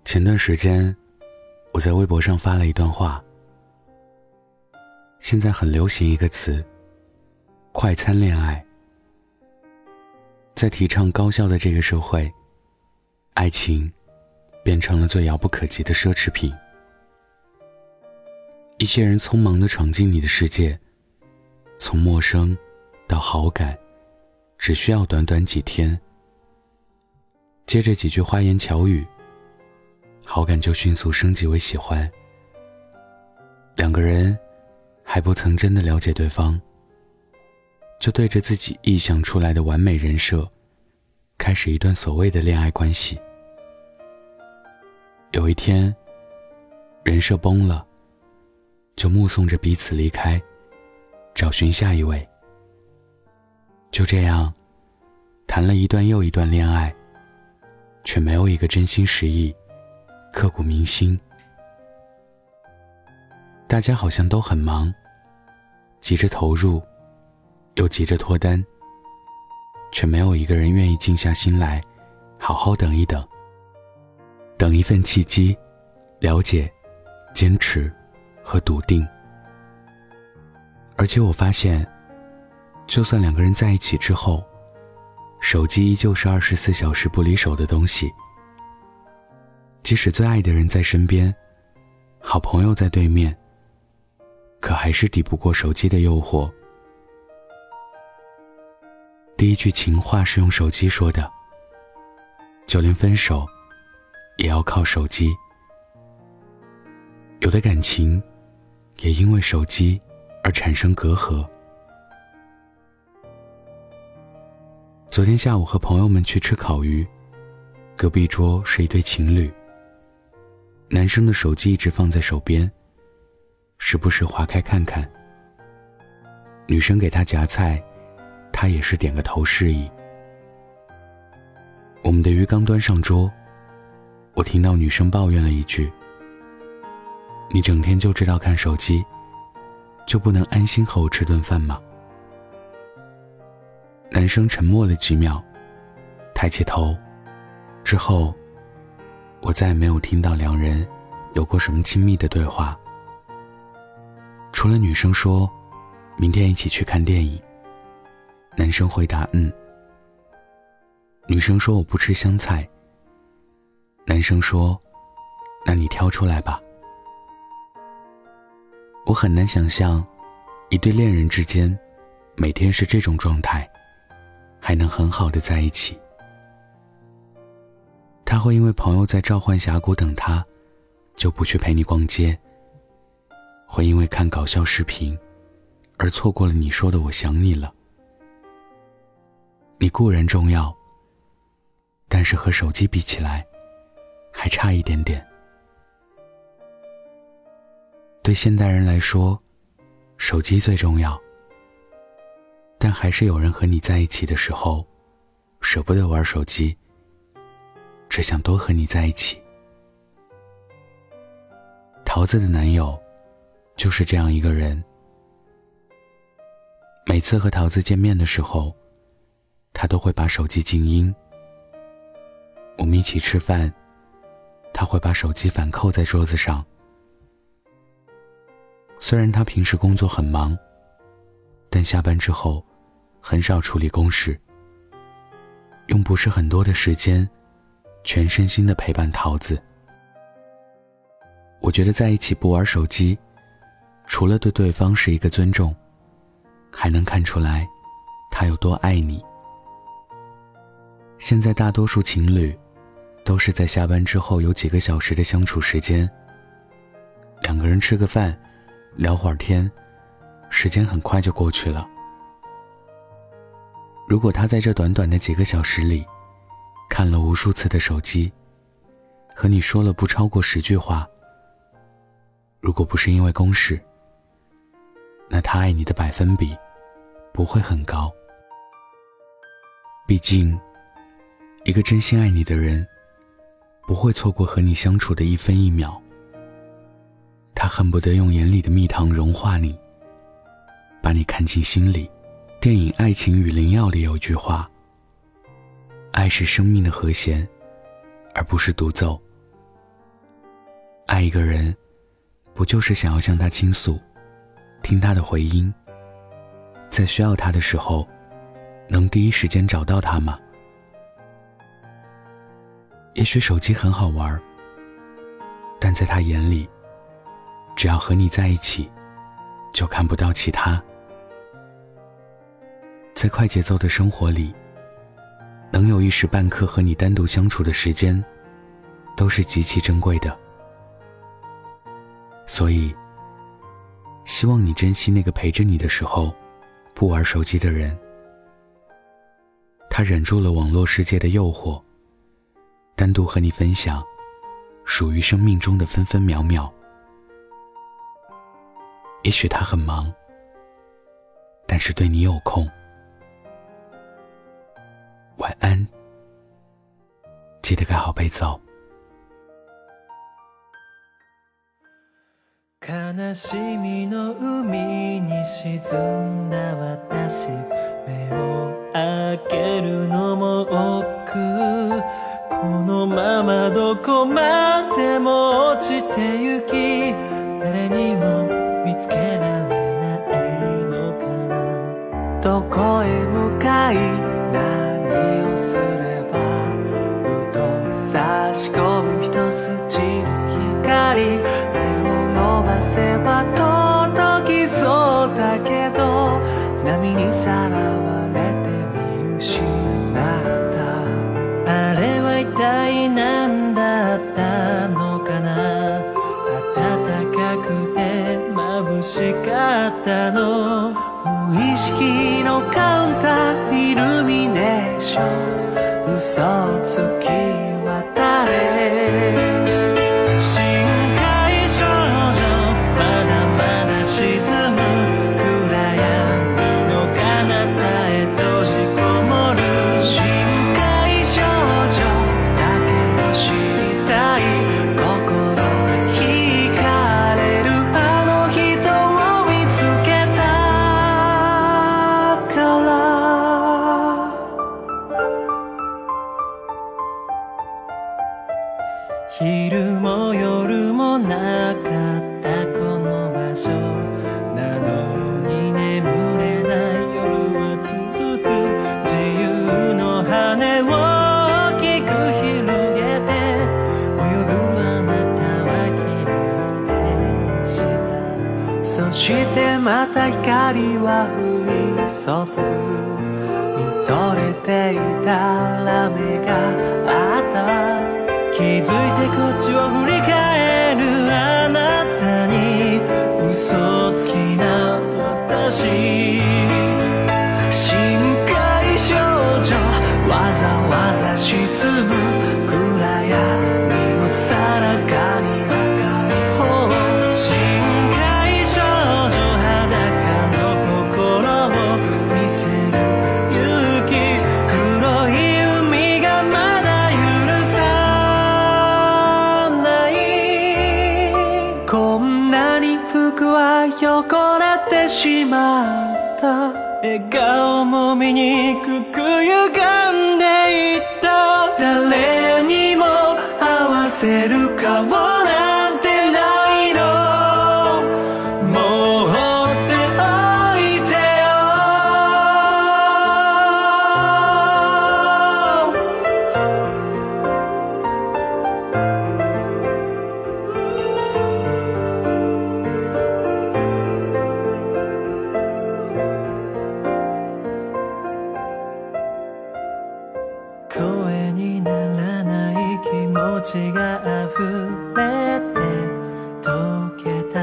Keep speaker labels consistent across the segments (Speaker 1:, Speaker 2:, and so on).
Speaker 1: 前段时间，我在微博上发了一段话。现在很流行一个词，快餐恋爱。在提倡高效的这个社会，爱情变成了最遥不可及的奢侈品。一些人匆忙地闯进你的世界，从陌生到好感，只需要短短几天。接着几句花言巧语，好感就迅速升级为喜欢。两个人还不曾真的了解对方，就对着自己臆想出来的完美人设，开始一段所谓的恋爱关系。有一天，人设崩了，就目送着彼此离开，找寻下一位。就这样，谈了一段又一段恋爱，却没有一个真心实意，刻骨铭心。大家好像都很忙，急着投入，又急着脱单，却没有一个人愿意静下心来，好好等一等，等一份契机、了解、坚持和笃定。而且我发现，就算两个人在一起之后，手机依旧是24小时不离手的东西。即使最爱的人在身边，好朋友在对面，可还是抵不过手机的诱惑。第一句情话是用手机说的，就连分手也要靠手机。有的感情也因为手机而产生隔阂。昨天下午和朋友们去吃烤鱼，隔壁桌是一对情侣。男生的手机一直放在手边，时不时划开看看。女生给他夹菜，他也是点个头示意。我们的鱼刚端上桌，我听到女生抱怨了一句：你整天就知道看手机，就不能安心和我吃顿饭吗？男生沉默了几秒，抬起头，之后我再也没有听到两人有过什么亲密的对话，除了女生说明天一起去看电影。男生回答女生说我不吃香菜。男生说那你挑出来吧。我很难想象一对恋人之间每天是这种状态，还能很好的在一起。他会因为朋友在召唤峡谷等他，就不去陪你逛街，会因为看搞笑视频而错过了你说的我想你了。你固然重要，但是和手机比起来还差一点点。对现代人来说，手机最重要，但还是有人和你在一起的时候舍不得玩手机，只想多和你在一起。桃子的男友就是这样一个人。每次和桃子见面的时候，他都会把手机静音。我们一起吃饭，他会把手机反扣在桌子上。虽然他平时工作很忙，但下班之后很少处理公事，用不是很多的时间全身心地陪伴桃子。我觉得在一起不玩手机，除了对对方是一个尊重，还能看出来他有多爱你。现在大多数情侣都是在下班之后有几个小时的相处时间，两个人吃个饭，聊会儿天，时间很快就过去了。如果他在这短短的几个小时里看了无数次的手机，和你说了不超过10句话，如果不是因为公事，那他爱你的百分比不会很高。毕竟一个真心爱你的人不会错过和你相处的一分一秒，他恨不得用眼里的蜜糖融化你，把你看进心里。电影《爱情与灵药》里有句话：爱是生命的和弦，而不是独奏。 爱一个人，不就是想要向他倾诉，听他的回音，在需要他的时候，能第一时间找到他吗？也许手机很好玩，但在他眼里，只要和你在一起，就看不到其他。在快节奏的生活里，能有一时半刻和你单独相处的时间，都是极其珍贵的。所以，希望你珍惜那个陪着你的时候不玩手机的人。他忍住了网络世界的诱惑，单独和你分享属于生命中的分分秒秒。也许他很忙，但是对你有空。晚安，记得盖好被子哦。
Speaker 2: 悲しみの海に沈んだ私、目を開けるのも億劫、このままどこまでも落ちてゆき、誰にも見つけられないのかな。どこへ向かい何をすれば、ふと差し込む一筋の光、伸ばせば届きそうだけど、波にさらわれて見失った。あれは一体何だったのかな。暖かくて眩しかったの。無意識のカウンターイルミネーション、嘘つき渡れ。昼も夜もなかったこの場所なのに、眠れない夜は続く。自由の羽を大きく広げて泳ぐあなたは綺麗でした。そしてまた光は降り注ぐ。見とれていたら目があった。気づいてこっちを振り返るあなたに、嘘つきな私、深海少女、わざわざ沈む暗闇のさなかに赤い方、深海少女、裸の心を見せる勇気、黒い海がまだ許さこんなに服は汚れてしまった。笑顔も醜く歪んでいった。誰にも合わせる顔なんてないの。もう放っておいてよ。声にならない気持ちが溢れて溶けた。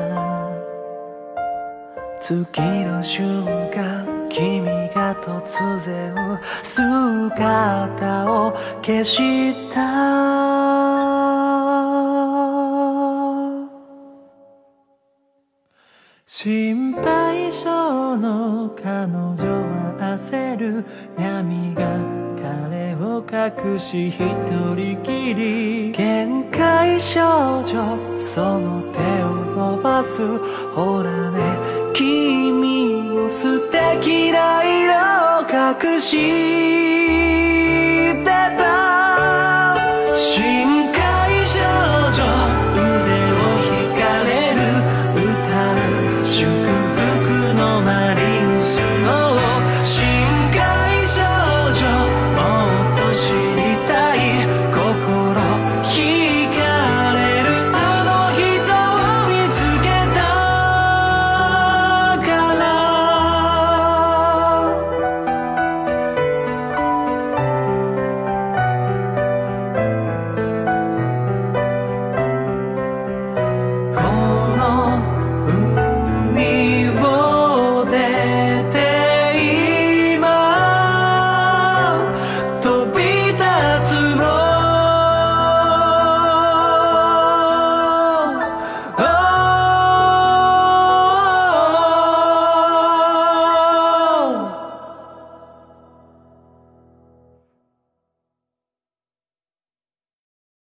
Speaker 2: 次の瞬間、君が突然姿を消した。心配性の彼女は焦る。闇が彼を隠し一人きり。限界少女、その手を伸ばす。ほらね、君も素敵な色を隠し